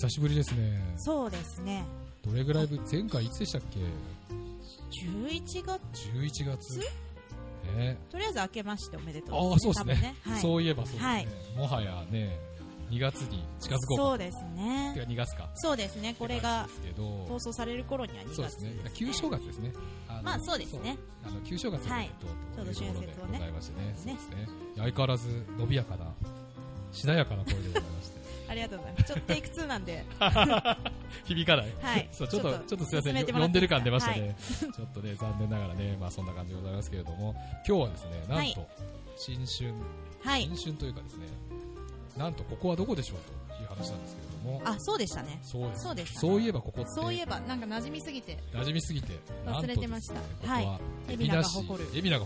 久しぶりですね。 そうですね。 どれぐらい前回いつでしたっけ ？11月 11月、 とりあえず明けましておめでとう、 ああそうですね、 はい、 そういえばそうですね、 はい、 もはやね2月に近づこうか。 そうですね。 てか2月か。 そうですね。これが放送される頃には2月、 そうですね。旧正月ですね。 まあそうですね。 旧正月のちょうど春節をねございましてね。そうですね。相変わらず伸びやかなしなやかな声でございましてありがとうございます。ちょっとテイク2なんで響かない。 はい。 そうちょっとすいません、呼んでる感出ましたね。ちょっとね残念ながらね、まあそんな感じでございますけれども、今日はですね、なんと新春というかですね、なんとここはどこでしょうという話なんですけれども。 あ、そうでしたね。 そうでした。そういえばここって。 そういえばなんか馴染みすぎて忘れてました。 はい。 海老名が誇る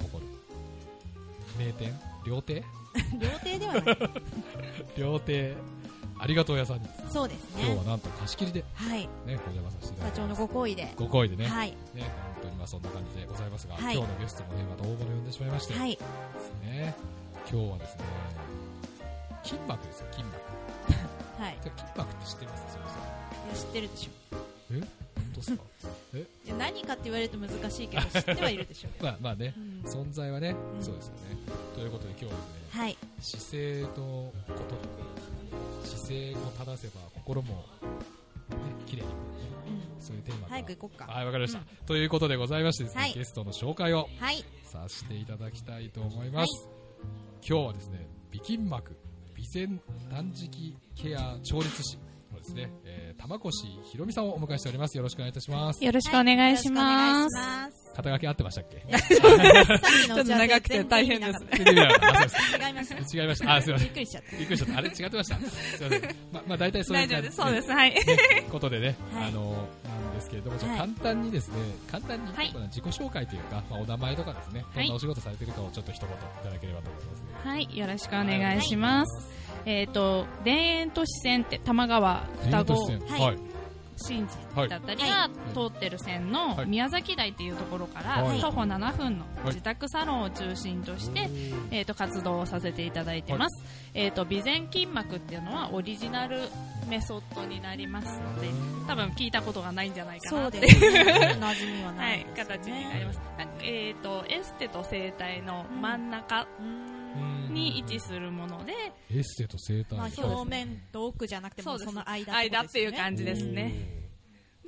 名店料亭料亭ではない料亭ありがとう屋さんに。 そうですね。 今日はなんと貸し切りでね、 はい、 お邪魔させていただきます。 社長のご厚意でね、 はい、 ね、本当にまあそんな感じでございますが、 はい、 今日のゲストもねまた大物呼んでしまいまして、 はい、 ですね、今日はですね筋膜ですよ、筋膜はい、 筋膜って知ってます？そもそも。 いや知ってるでしょ。 本当ですか？ いや何かって言われると難しいけど知ってはいるでしょうまあね、存在はね、そうですよね。ということで今日はですね、 はい、 姿勢のこととか、姿勢を正せば心も、ね、綺麗に、そういうテーマが早く行こうか。 はい、わかりました、ということでございましてですね、 はい、 ゲストの紹介をさせていただきたいと思います、今日はですね、美筋膜備前断食ケア調律師のですね、玉越ひろみさんをお迎えしております。よろしくお願いいたします。 よろしくお願いします。 肩書き合ってましたっけ？ ちょっと長くて大変です。 違いました。 違いました。あ、すみません。 びっくりしちゃった。 あれ違ってました。すみません。まあ大体そういう感じ。 そうです。はい。 ことでね、なんですけれども、簡単にですね、自己紹介というか、お名前とかですね、どんなお仕事されているかをちょっと一言いただければと思います。 はい、よろしくお願いします。田園都市線って玉川双子新地だったりが通ってる線の宮崎台っていうところから徒歩7分の自宅サロンを中心として活動をさせていただいてます。備前筋膜っていうのはオリジナルメソッドになりますので、多分聞いたことがないんじゃないかなっていう馴染みはない、 形になります。エステと整体の真ん中に位置するもので、 エステと整体、 表面と奥じゃなくてもその間っていう感じですね。で、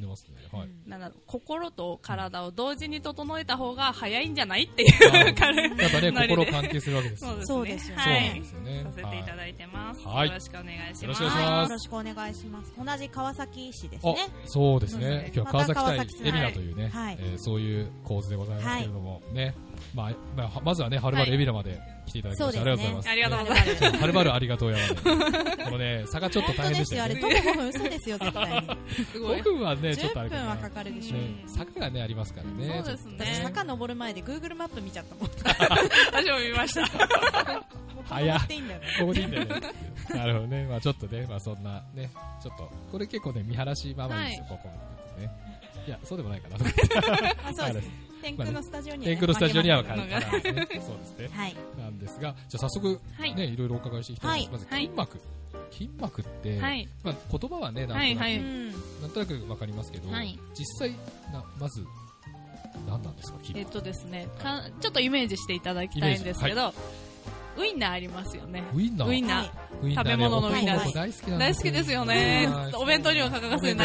心と体を同時に整えた方が早いんじゃないっていうやっぱね、心関係するわけですよね。 そうですよね。させていただいてます。よろしくお願いします。 よろしくお願いします。同じ川崎市ですね。 そうですね。今日は川崎対海老名というね、そういう構図でございますけれどもね。まずはね、はるばる海老名まで来ていただきましてありがとうございます。 ありがとうございます。 はるばるありがとうやまで。このね、差がちょっと大変でしたよね。 徒歩5分嘘ですよ、絶対に。 5分はね、ちょっとあれ 10分はかかるでしょう。 坂がね、ありますからね。 そうですね。 坂登る前で Google マップ見ちゃったもん。 私も見ました。 早っ。ここでいいんだよね。なるほどね。まあちょっとね、まあそんなね、ちょっと、これ結構ね、見晴らしままですよ、ここね。いや、そうでもないかなと思って。 そうです。天空のスタジオには。 天空のスタジオにはそうですね。 はい。 なんですが、じゃあ早速、ね、いろいろお伺いしていきたいと思います。まず、筋膜。筋膜って、まあ言葉はね、なんとなくわかりますけど、実際、まず、何なんですか、筋膜。 ですね、ちょっとイメージしていただきたいんですけど、ウインナーありますよね。ウインナー。食べ物のウインナー大好きですよね。お弁当には欠かせない。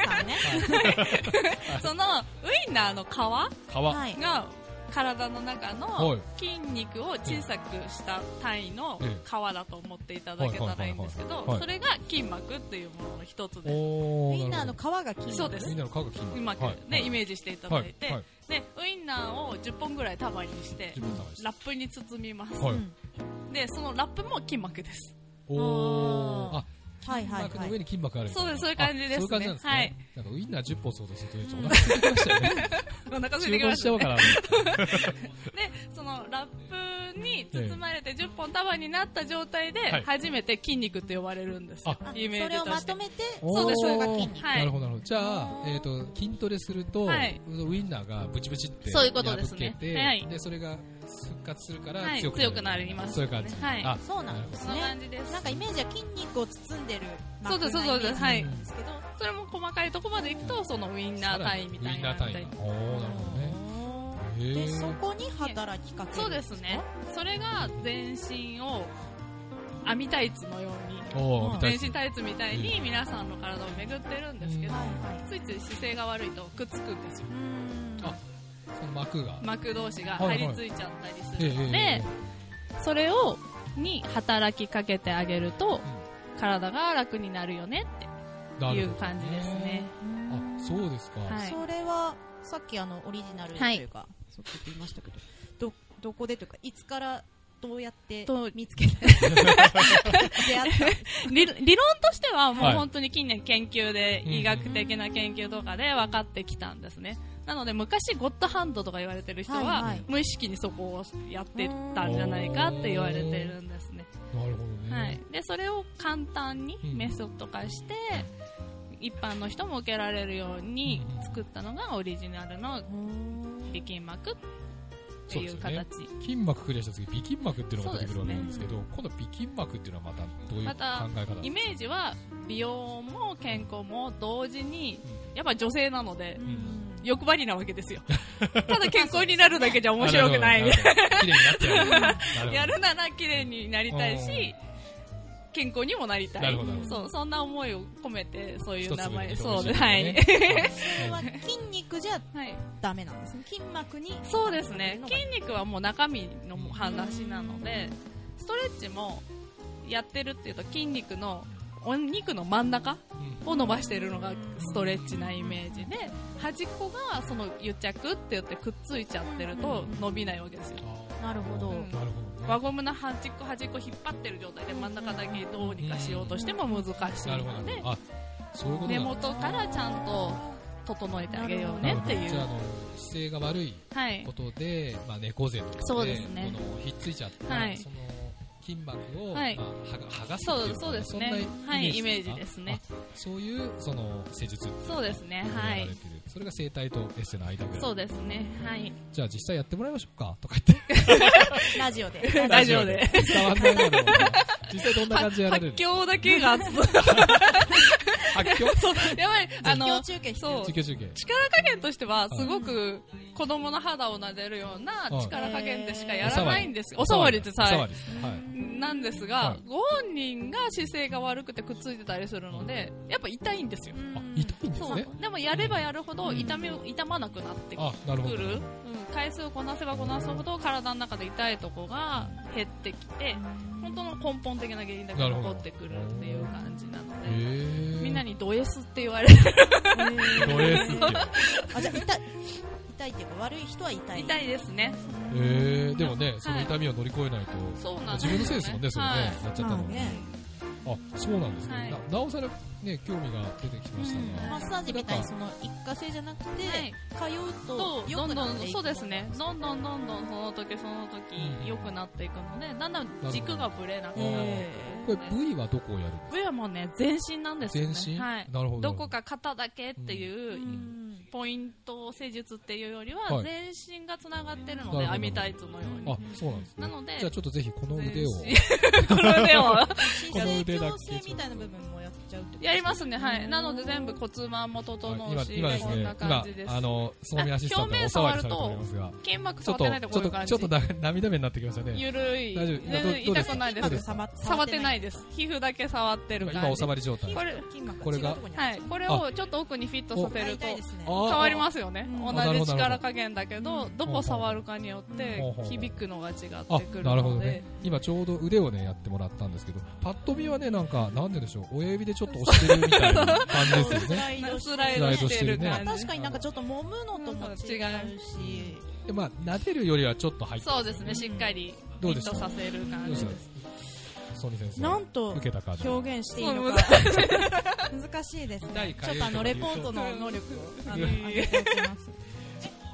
そのウインナーの皮が体の中の筋肉を小さくした単位の皮だと思っていただけたらいいんですけど、それが筋膜っていうものの一つです。 ウインナーの皮が筋膜。 そうです。ウインナーの皮が筋膜ね、イメージしていただいて、でウインナーを10本ぐらい束にしてラップに包みます。でそのラップも筋膜です。 筋膜の上に筋膜ある。 そうです、そういう感じですね。 そういう感じなんですね。なんかウインナー10本想像するとお腹空いてきましたよね。 お腹空いてきましたね。でそのラップに包まれて10本束になった状態で初めて筋肉って呼ばれるんですよ、イメージとして。 それをまとめて、 そうです、 そうが筋肉。 なるほどなるほど。じゃあ筋トレするとウインナーがブチブチって破けて、でそれが復活するから強くなります。そういう感じ。 そうなんですね。なんかイメージは筋肉を包んでる。 そうですそうです。はい。それも細かいところまでいくとそのウインナー単位みたいな。 ウインナー単位。おお、なるほどね。 でそこに働きかける。 そうですね。それが全身を網タイツのように、全身タイツみたいに皆さんの体を巡ってるんですけど、ついつい姿勢が悪いとくっつくんですよ。 その膜同士が張り付いちゃったりするので、それに働きかけてあげると、体が楽になるよねっていう感じですね。 あ、そうですか。 それはさっきオリジナルというか、そう言いましたけど、どこでというか、いつからどうやって見つけた理論としてはもう本当に近年研究で、医学的な研究とかで分かってきたんですね。なので昔ゴッドハンドとか言われてる人は、無意識にそこをやってたんじゃないかって言われてるんですね。 なるほどね。 はい。でそれを簡単にメソッド化して、一般の人も受けられるように作ったのがオリジナルの微筋膜っていう形。 筋膜クリアした次、微筋膜っていうのが出てくるわけなんですけど、今度微筋膜っていうのはまたどういう考え方なんですか？ イメージは美容も健康も同時に、やっぱ女性なので、欲張りなわけですよ。ただ健康になるだけじゃ面白くないみたいな。やるなら綺麗になりたいし、健康にもなりたい。そんな思いを込めてそういう名前。そうです。はい。 それは筋肉じゃダメなんですね。筋膜に。 そうですね。筋肉はもう中身の話なので、ストレッチもやってるっていうと筋肉のお肉の真ん中を伸ばしているのがストレッチなイメージで、端っこがその癒着って言ってくっついちゃってると伸びないわけですよ。 なるほど。 輪ゴムの端っこ引っ張ってる状態で真ん中だけどうにかしようとしても難しいので、根元からちゃんと整えてあげようねっていう。 じゃあ姿勢が悪いことで、猫背とかでひっついちゃったその筋膜を剥がすっていう、 そうですね。イメージですね。 そういうその施術。 そうですね。はい。 それが整体とエステの間ぐらい。 そうですね。はい。 じゃあ実際やってもらいましょうかとか言って。 ラジオで。 伝わんないので。実際どんな感じでやられる？ 発狂だけが。 発狂？ そう。やばい。 中継。 そう。力加減としてはすごく子供の肌を撫でるような力加減でしかやらないんですよ。お触りってさ。なんですが、ご本人が姿勢が悪くてくっついてたりするので、やっぱ痛いんですよ。 痛いんですね。 でもやればやるほど痛まなくなってくる。回数をこなせばこなすほど体の中で痛いとこが減ってきて、本当の根本的な原因だけ残ってくるっていう感じなので、みんなにド S って言われる。 ド S って。 じゃあ痛いっていうか悪い人は痛い。 痛いですね。 でもね、その痛みを乗り越えないと、自分のせいですもんね、それね、やっちゃったのね。あ、そうなんですね。なおさらね、興味が出てきましたが、 マッサージみたいにその一過性じゃなくて、通うと良くなっていく。 そうですね。どんどんその時良くなっていくので、だんだん軸がぶれなくなってこれ部位はどこをやるんですか？ 部位はもうね、全身なんですよね。 全身？ はい。 なるほど。 どこか肩だけっていうポイント施術っていうよりは、全身がつながってるので、網タイツのように。 あ、そうなんですね。 なので、 じゃあちょっとぜひこの腕を。 この腕を。 この腕だけ。みたいな部分もやっちゃうってこと？ やりますね。はい。なので全部骨盤も整うし、 今ですね、今ソーミアシスタントがお触りされておりますが、 筋膜触ってないとこういう感じ。 ちょっと涙目になってきましたね。 ゆるい。 大丈夫？ 痛くないです。触ってないです。皮膚だけ触ってる感じ。 今お触り状態。 これが、 はい。これをちょっと奥にフィットさせると変わりますよね。同じ力加減だけど、どこ触るかによって響くのが違ってくるので。 なるほどね。今ちょうど腕をねやってもらったんですけど、パッと見はねなんかなんででしょう、親指でちょっと押してるみたいな感じですよね。 スライドしてる感じ。 確かになんかちょっと揉むのとも違うし、 撫でるよりはちょっと入って。 そうですね。しっかりフィットさせる感じです。 ソニ先生、 なんと表現していいのか難しいですね。ちょっとレポートの能力を上げておきます。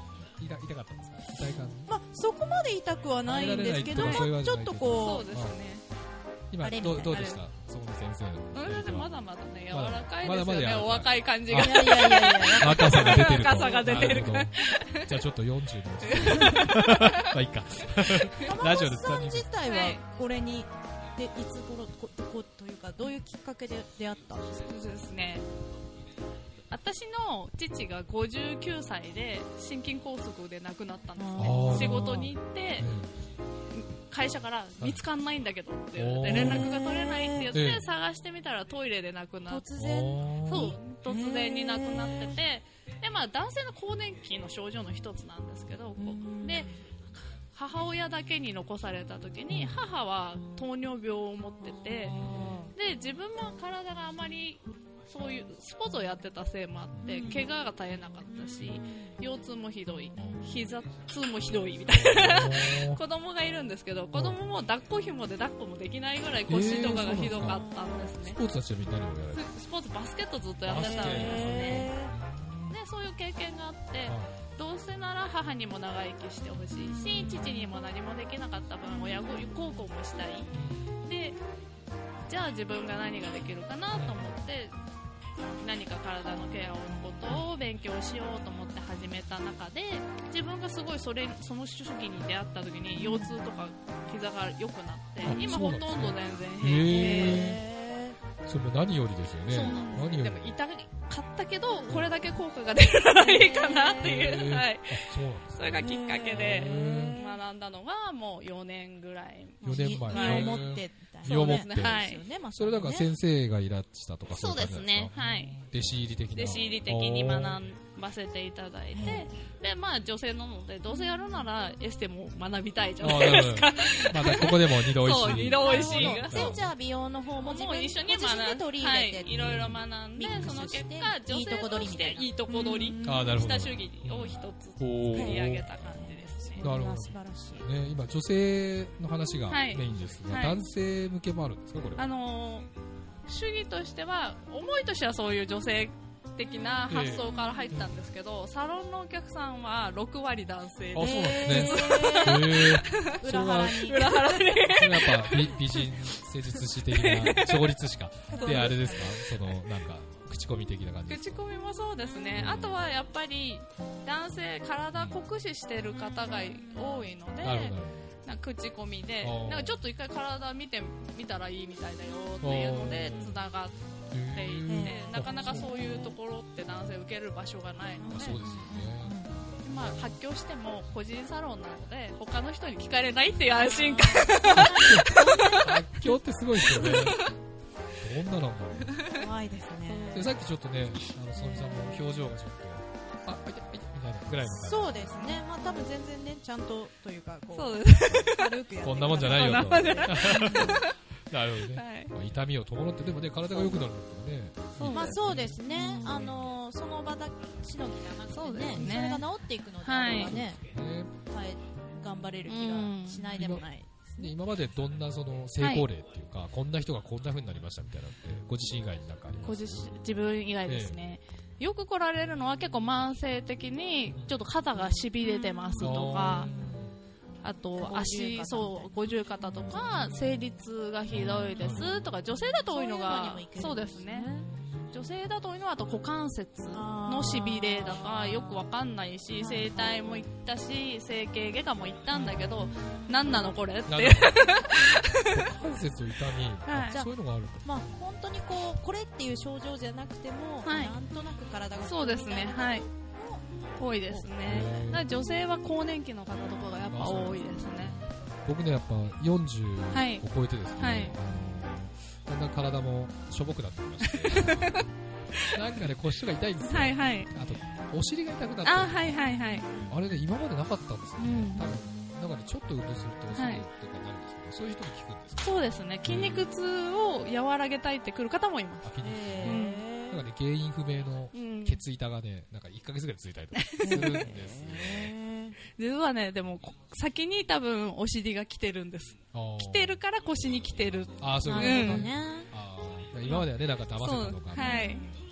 痛かったんですか？痛い感じ。 まあそこまで痛くはないんですけど、ちょっとこう。そうですね。 今どうでした？そこの先生。 まだまだね柔らかいですよね。お若い感じが。 いや若さが出てる。 若さが出てるから。 じゃあちょっと40のうち。まあいいか。ラジオでさん自体はこれにでいつ頃というかどういうきっかけで出会ったんですか？ そうですね。私の父が59歳で心筋梗塞で亡くなったんですね。仕事に行って、会社から見つかんないんだけどって言って連絡が取れないって言って探してみたらトイレで亡くなって、突然に亡くなってて、でまあ男性の更年期の症状の一つなんですけど、で母親だけに残された時に母は糖尿病を持ってて、で自分も体があまりそういうスポーツをやってたせいもあって怪我が絶えなかったし、腰痛もひどい、膝痛もひどいみたいな子供がいるんですけど、子供も抱っこ紐で抱っこもできないぐらい腰とかがひどかったんですね。 スポーツはちなみに何をやられてる？ スポーツバスケットずっとやってたんですね。でそういう経験があって、どうせなら母にも長生きしてほしいし、父にも何もできなかった分親孝行もしたい。でじゃあ自分が何ができるかなと思って何か体のケアをことを勉強しようと思って始めた中で、自分がすごいその初期に出会った時に腰痛とか膝が良くなって、今ほとんど全然平気で、 それも何よりですよね。何よりでも痛かったけどこれだけ効果が出るならいいかなっていう、はい、それがきっかけで学んだのがもう4年ぐらい。 4年前。 身をもってそうですね。 はい。 それだから先生がいらしたとかそうですね。はい。 弟子入り的な。 弟子入り的に学ばせていただいて、でまあ女性なのでどうせやるならエステも学びたいじゃないですか。 またここでも二度おいしい。 そう二度おいしい。 でじゃあ美容の方も自分一緒に取り入れて、 いろいろ学んで、その結果女性としていいとこ取りした主義を一つ作り上げた感じですね。 なるほど。素晴らしい。ね、今女性の話がメインですが、男性向けもあるんですかこれ？ 主義としては思いとしてはそういう女性的な発想から入ったんですけど、サロンのお客さんは6割男性で。 あ、そうなんですね。 裏腹に。 裏腹に。 それやっぱ美人施術師的な調律師か。であれですか？そのなんか口コミ的な感じ。 口コミもそうですね。あとはやっぱり男性体酷使してる方が多いので。なるほど。なんか口コミでなんかちょっと一回体見てみたらいいみたいだよっていうのでつながっていて、なかなかそういうところって男性受ける場所がないので、 そうですよね。 まあ発狂しても個人サロンなので他の人に聞かれないっていう安心感。 発狂ってすごいですよね。どんなのも怖いですね。 でさっきちょっとね、そみさんの表情がちょっと痛いみたいなぐらいの感じ。 そうですね。まあ多分全然ねちゃんとというかこうそうです軽くやってこんなもんじゃないよと。なるほどね。はい、痛みを伴ってでもね体が良くなるんですよね。 まあそうですね。その場だしのぎじゃなくてね、それが治っていくのであればね、頑張れる気がしないでもない。 今までどんなその成功例っていうか、こんな人がこんな風になりましたみたいなのってご自身以外に何かありますか？ 自分以外ですね。よく来られるのは結構慢性的にちょっと肩がしびれてますとか、あと足五十肩とか生理痛がひどいですとか、女性だと多いのがそうですね。女性だと多いのはあと股関節のしびれだとかよくわかんないし、整体も行ったし整形外科も行ったんだけど何なのこれって股関節痛み、そういうのがあるんですか？ まあ本当にこれっていう症状じゃなくても、なんとなく体がそうですね、はい、多いですね。だから女性は更年期の方とかがやっぱ多いですね。 僕ねやっぱ40を超えてですね、だんだん体もしょぼくなってきましてなんかね腰が痛いんですよ。はいはい、あとお尻が痛くなって、 はいはいはい、 あれね今までなかったんですよね。多分なんかねちょっと運動するとお尻とかなるんですけど、そういう人に聞くんですか？ そうですね。筋肉痛を和らげたいってくる方もいます。 なんかね原因不明の血痛がねなんか1ヶ月ぐらい続いたりとかするんですね。 実はねでも先に多分お尻が来てるんです。来てるから腰に来てる。 ああそういうことね。今まではねなんか騙せたとか、 はい、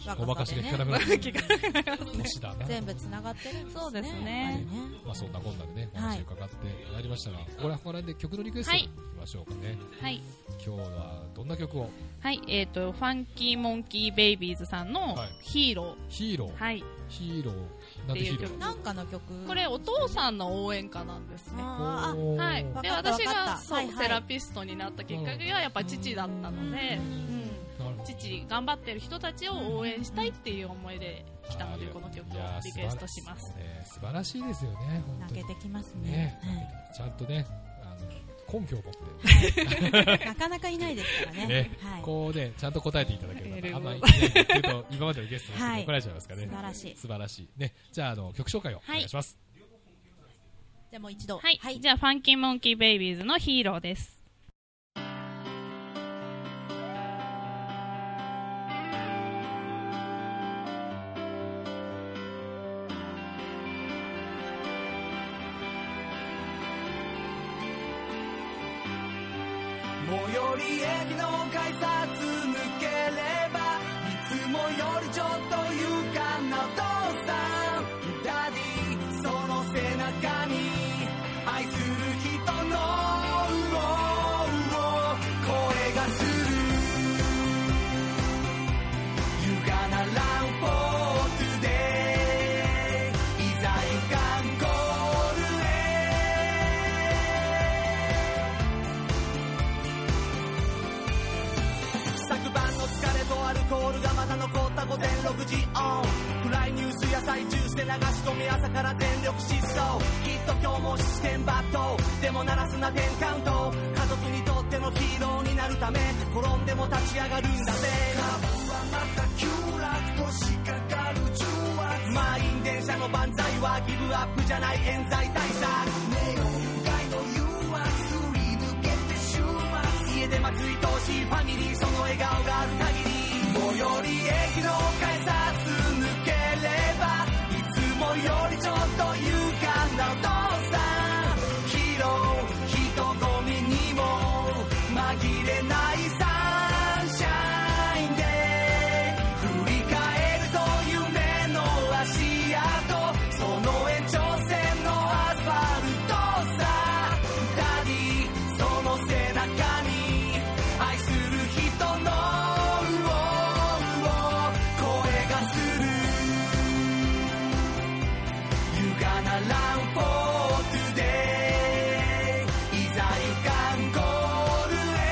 ごまかしが効かなくなって年だな。 全部つながってるんですね。 そうですね。 まあそんなこんなでね、お話伺ってまいりましたが、これはこれで曲のリクエストに行きましょうかね。 はい。 今日はどんな曲を？ はい、ファンキーモンキーベイビーズさんのヒーロー。 ヒーロー。 はい。 ヒーロー。なんでヒーロー？ なんかの曲。 これお父さんの応援歌なんですね。はい。で私がセラピストになったきっかけがやっぱ父だったので。父頑張ってる人たちを応援したいっていう思いで来たのでこの曲をリクエストします。 素晴らしいですよね。 投げてきますね。 ちゃんとね根拠を持ってなかなかいないですからね。 こうねちゃんと答えていただければあんまり言うと今までのゲストに怒られちゃいますからね。 素晴らしい。 素晴らしいね。じゃあ曲紹介をお願いします。 じゃあもう一度。 はい。じゃあファンキーモンキーベイビーズのヒーローです。 最寄り駅の改札抜ければいつもよりちょっと勇敢なお父さんダディその背中に愛する人の声がする You gonna run for today いざ行かんゴールへ昨晩の疲れとアルコールがまだ残った午前6時オン暗いニュースや最中して流し込み朝から全力疾走きっと今日も視点バットでも鳴らすな10カウント家族にとってのヒーローになるため転んでも立ち上がるんだぜ株はまた急落としかかる重圧満員電車の万歳はギブアップじゃない冤罪対策ネオン街の誘惑すり抜けて週末家で待つ愛しいファミリーその笑顔がある限り最寄り駅の改札抜ければいつもよりちょっと勇敢なお父さんヒーロー人混みにも紛れないサンシャインで振り返ると夢の足跡その延長線のアスファルトさダディその背中に愛する人の声がする You gonna run for today いざ行かんゴールへ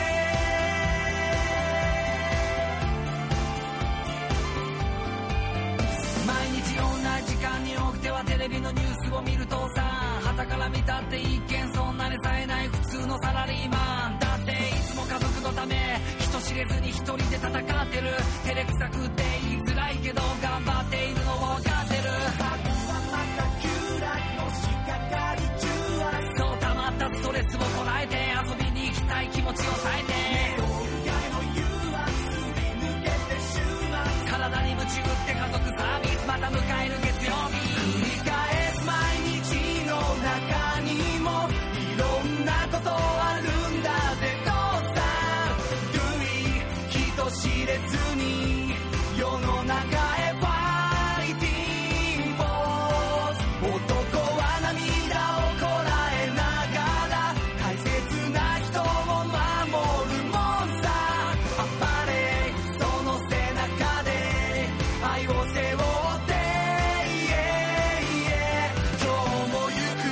毎日同じ時間に起きてはテレビのニュースを見るとさ傍から見たって一見そんなにさえない普通のサラリーマンだっていつも家族のため人知れずに一人で戦ってる照れくさくて言いづらいけど頑張っているのは分かってる核はまた急落のしかかる重圧そう溜まったストレスをこらえて遊びに行きたい気持ちを抑えて体に夢中って家族サービスまた迎える月曜日繰り返す毎日の中にもいろんなことあるんだぜ父さん Do it 人知れずに世の中へファイティングボス男は涙をこらえながら大切な人を守るモンさあっぱれその背中で愛を背負って今日も行く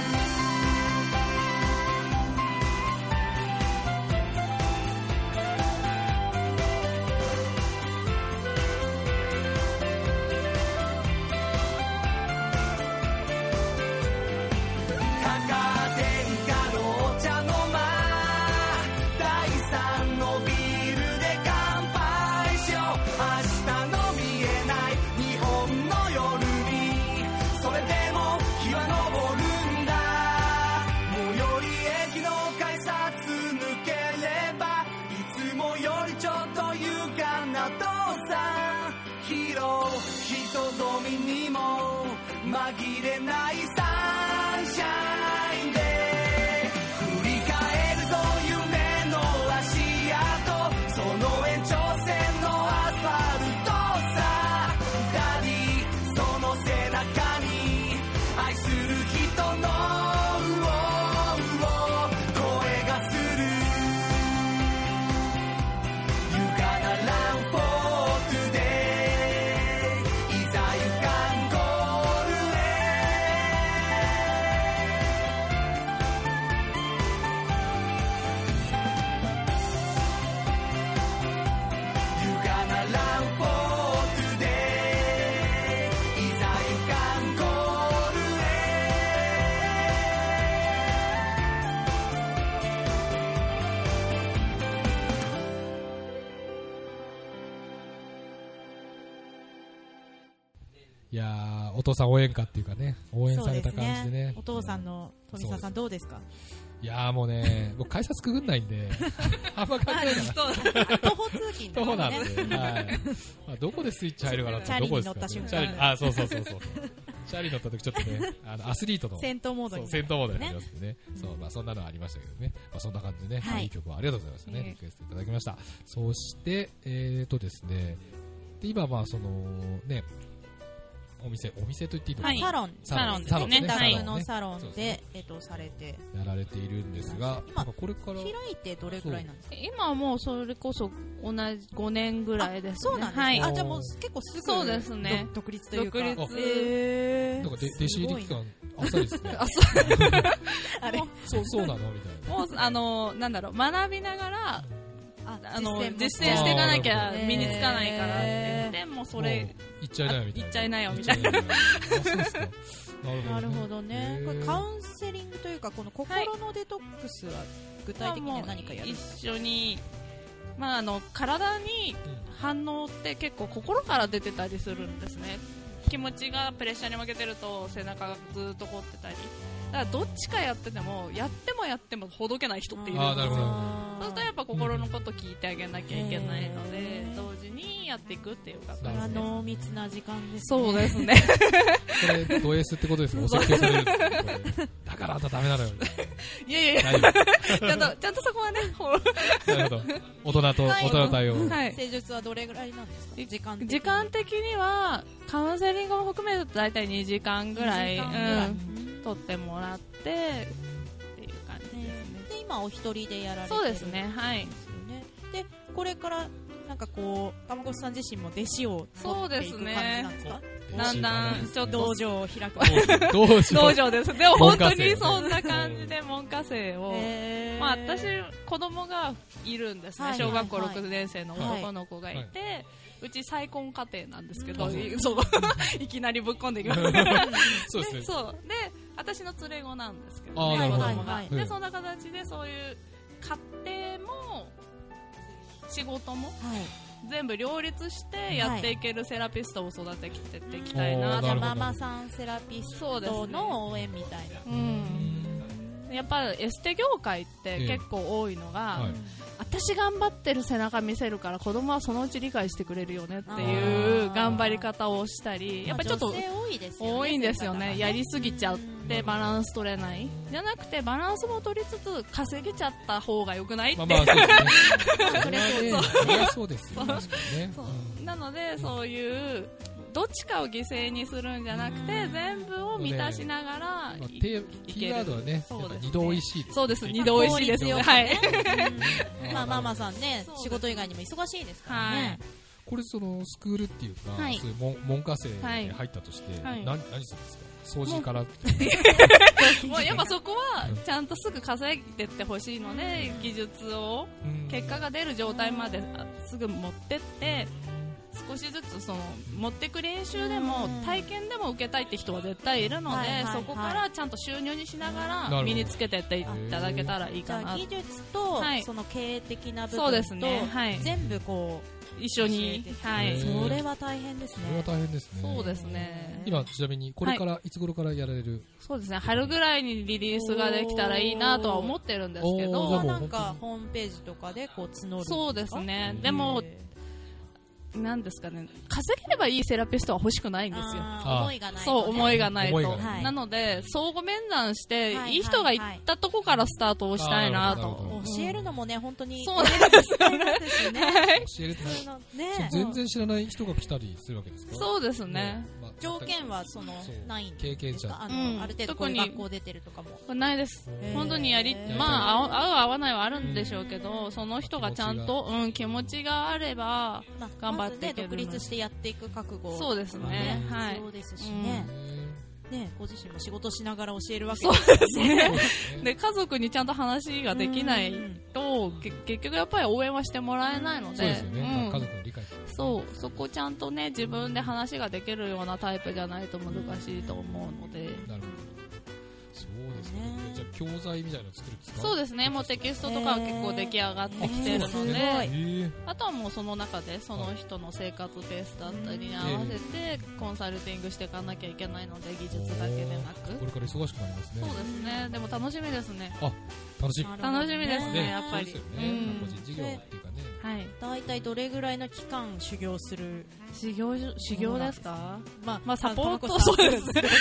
高天下のお茶の間第三のビールで乾杯しよう明日の見えない日本の夜にそれでも日は昇るんだ最寄り駅の改札抜ければいつもよりちょっと勇敢なお父さんヒーロー人混みにも紛れないサンシャインで振り返ると夢の足跡その延長線のアスファルトさいやお父さん応援歌っていうかね、応援された感じでね。 お父さんの富澤さんどうですか？ いやもうね、僕改札くぐんないんであんま関係ないかな。 徒歩通勤徒歩なんで、はい。まあどこでスイッチ入るかなって、どこですかね。 チャリに乗った瞬間。 そう。チャリ乗った時ちょっとね、アスリートの戦闘モードになりますね。そう、まあそんなのありましたけどね。まあそんな感じでね、いい曲をありがとうございましたね。リクエストいただきました。そしてですね、で今まあそのね。お店と言っていいのかな、サロンですね。ダブのサロンでされてやられているんですが、 今これから開いてどれぐらいなんですか？ 今はもうそれこそ同じ5年ぐらいですね。 そうなんですね。じゃあもう結構すぐそうですね。 独立というか。 なんか弟子入り期間あっさりですね。 あれそうなのみたいな。 もうなんだろう、学びながら実践していかなきゃ身につかないからって言って、もうそれ行っちゃいなよみたいな。 行っちゃいなよみたいな。 なるほどね。これカウンセリングというか、この心のデトックスは具体的には何かやる？ 一緒に、まあ体に反応って結構心から出てたりするんですね。気持ちがプレッシャーに負けてると背中がずっと凝ってたり。だからどっちかやっててもやってもほどけない人っているんですよ。そうするとやっぱ心のこと聞いてあげなきゃいけないので、同時にやっていくっていう形です。 濃密な時間ですね。 そうですね。 これド S ってことですか？お説教されるんですか？だからあんたダメなのよ。 いやちゃんとそこはね。 なるほど。大人対応。 施術はどれぐらいなんですか？ 時間的にはカウンセリングも含めると大体2時間ぐらい取ってもらってっていう感じですね。 で今お一人でやられてる。 そうですね。はい。 でこれからなんかこう玉越さん自身も弟子を取っていく感じなんですか？ だんだんちょっと道場を開く道場です。でも本当にそんな感じで門下生を、まあ私子供がいるんですね。小学校6年生の男の子がいて、うち再婚家庭なんですけど、いきなりぶっこんでいく。そうですね。 そうで私の連れ子なんですけどね、子供が。でそんな形でそういう家庭も仕事も全部両立してやっていけるセラピストを育てていきたいな。 ママさんセラピストの応援みたいな。やっぱりエステ業界って結構多いのが、私頑張ってる背中見せるから子供はそのうち理解してくれるよねっていう頑張り方をしたり、やっぱりちょっと多いんですよね。やりすぎちゃってバランス取れないじゃなくて、バランスも取りつつ稼げちゃった方が良くないって。 そうですよね。 なのでそういうどっちかを犠牲にするんじゃなくて、全部を満たしながらいける。 キーワードはね、二度おいしい。 そうです、二度おいしいですよ。はい。 まあママさんね、仕事以外にも忙しいですからね。 これそのスクールっていうか、そういう門下生に入ったとして何するんですか？掃除から。 もうやっぱそこはちゃんとすぐ稼いでってほしいので、技術を結果が出る状態まですぐ持ってって。少しずつその持ってく練習でも体験でも受けたいって人は絶対いるので、そこからちゃんと収入にしながら身につけてっていただけたらいいかな。 技術とその経営的な部分とそうですね、 全部こう一緒に、 それは大変ですね。 それは大変ですね。 そうですね。 今ちなみにこれからいつ頃からやられる？ そうですね、春ぐらいにリリースができたらいいなとは思ってるんですけど、 なんかホームページとかでこう募る。 そうですね。でもなんですかね、稼げればいいセラピストは欲しくないんですよ。 思いがないと。 そう、思いがないと。なので相互面談していい人が行ったとこからスタートをしたいなと。 教えるのもね、本当にそうなんですよね。 教えるって全然知らない人が来たりするわけですか？ そうですね。 条件はそのないんですか？ 経験者。 ある程度こういう学校出てるとかもないです。本当にまあ合う合わないはあるんでしょうけど、その人がちゃんと気持ちがあれば頑張っていける。 独立してやっていく覚悟。 そうですね。はい。 そうですしね。ね、ご自身も仕事しながら教えるわけですね。で、家族にちゃんと話ができないと、結局やっぱり応援はしてもらえないので。 そうですよね。家族の理解。 そう、そこちゃんとね、自分で話ができるようなタイプじゃないと難しいと思うので。 なるほど。そうですね。じゃあ教材みたいなの作るんですか？ そうですね、もうテキストとかは結構出来上がってきてるので、あとはもうその中でその人の生活ペースだったりに合わせてコンサルティングしていかなきゃいけないので、技術だけでなくこれから忙しくなりますね。 そうですね、でも楽しみですね。 楽しみですね、やっぱり。 個人事業っていうかね。 だいたいどれぐらいの期間修行する？ 修行ですか？まあサポートそうですね。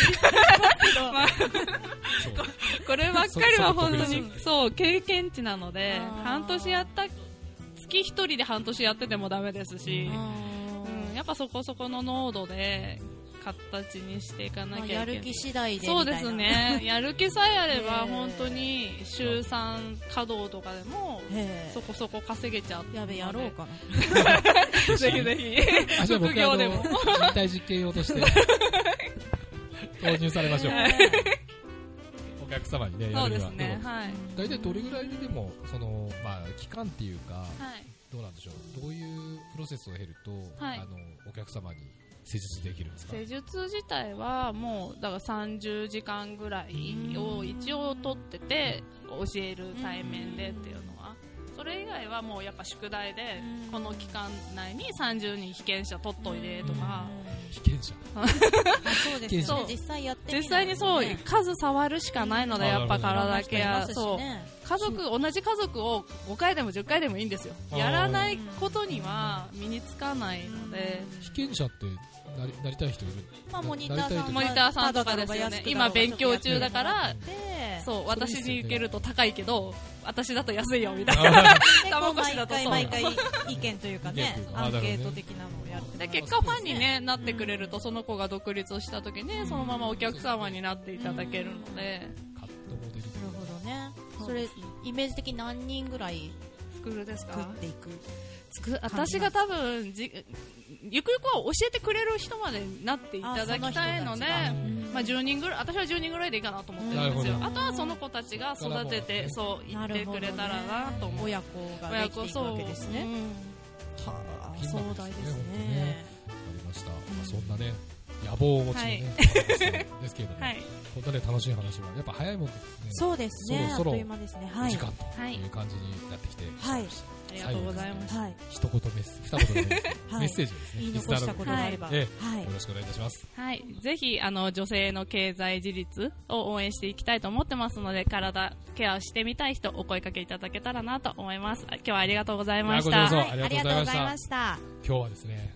こればっかりは本当にそう経験値なので、半年やった月一人で半年やっててもダメですし、やっぱそこそこの濃度で形にしていかなきゃいけない。 やる気次第でそうですね。やる気さえあれば本当に週3稼働とかでもそこそこ稼げちゃう。 やべ、やろうかな。ぜひぜひ。 職業でも人体実験用として導入されましょう。お客様にね、やるには。そうですね。大体どれぐらいでもその期間っていうかどうなんでしょう。どういうプロセスを経るとお客様に施術できるんですか？ 施術自体はもうだから30時間ぐらいを一応取ってて教える対面でっていうのは、それ以外はもうやっぱ宿題でこの期間内に30人被験者取っといてとか。 被験者そうですね。実際やってみる、 実際にそう数触るしかないので、やっぱ体ケアそう同じ家族を5回でも10回でもいいんですよ。やらないことには身につかないので。 被験者ってなりたい人いる？ モニターさんとかですよね。今勉強中だから、そう私に受けると高いけど私だと安いよみたいな。 毎回意見というかね、アンケート的なのをやって。 で結果ファンにねなってくれると、その子が独立した時にそのままお客様になっていただけるので。 カットモデル。 なるほどね。それイメージ的に何人ぐらい作るですか？ 作っていく。 私が多分ゆくゆくは教えてくれる人までなっていただきたいので、10人ぐらい、私は10人ぐらいでいいかなと思ってるんですよ。あとはその子たちが育ててそう言ってくれたらなと思う。 親子ができていくわけですね。壮大ですね。 わかりました。そんなね野望をお持ちのねですけれども、本当に楽しい話はやっぱ早いもんですね。 そうですね。 そろそろ時間という感じになってきて。 ありがとうございます。 一言二言メッセージですね。 言い残したことがあれば、よろしくお願いいたします。 ぜひ女性の経済自立を応援していきたいと思ってますので、体ケアしてみたい人お声かけいただけたらなと思います。今日はありがとうございました。 ありがとうございました。 今日はですね、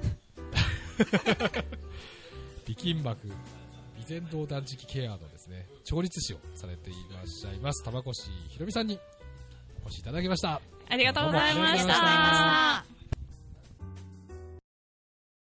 美筋膜備前道断食ケアのですね調律師をされていらっしゃいます玉越ひろみさんにお越しいただきました。 ありがとうございました。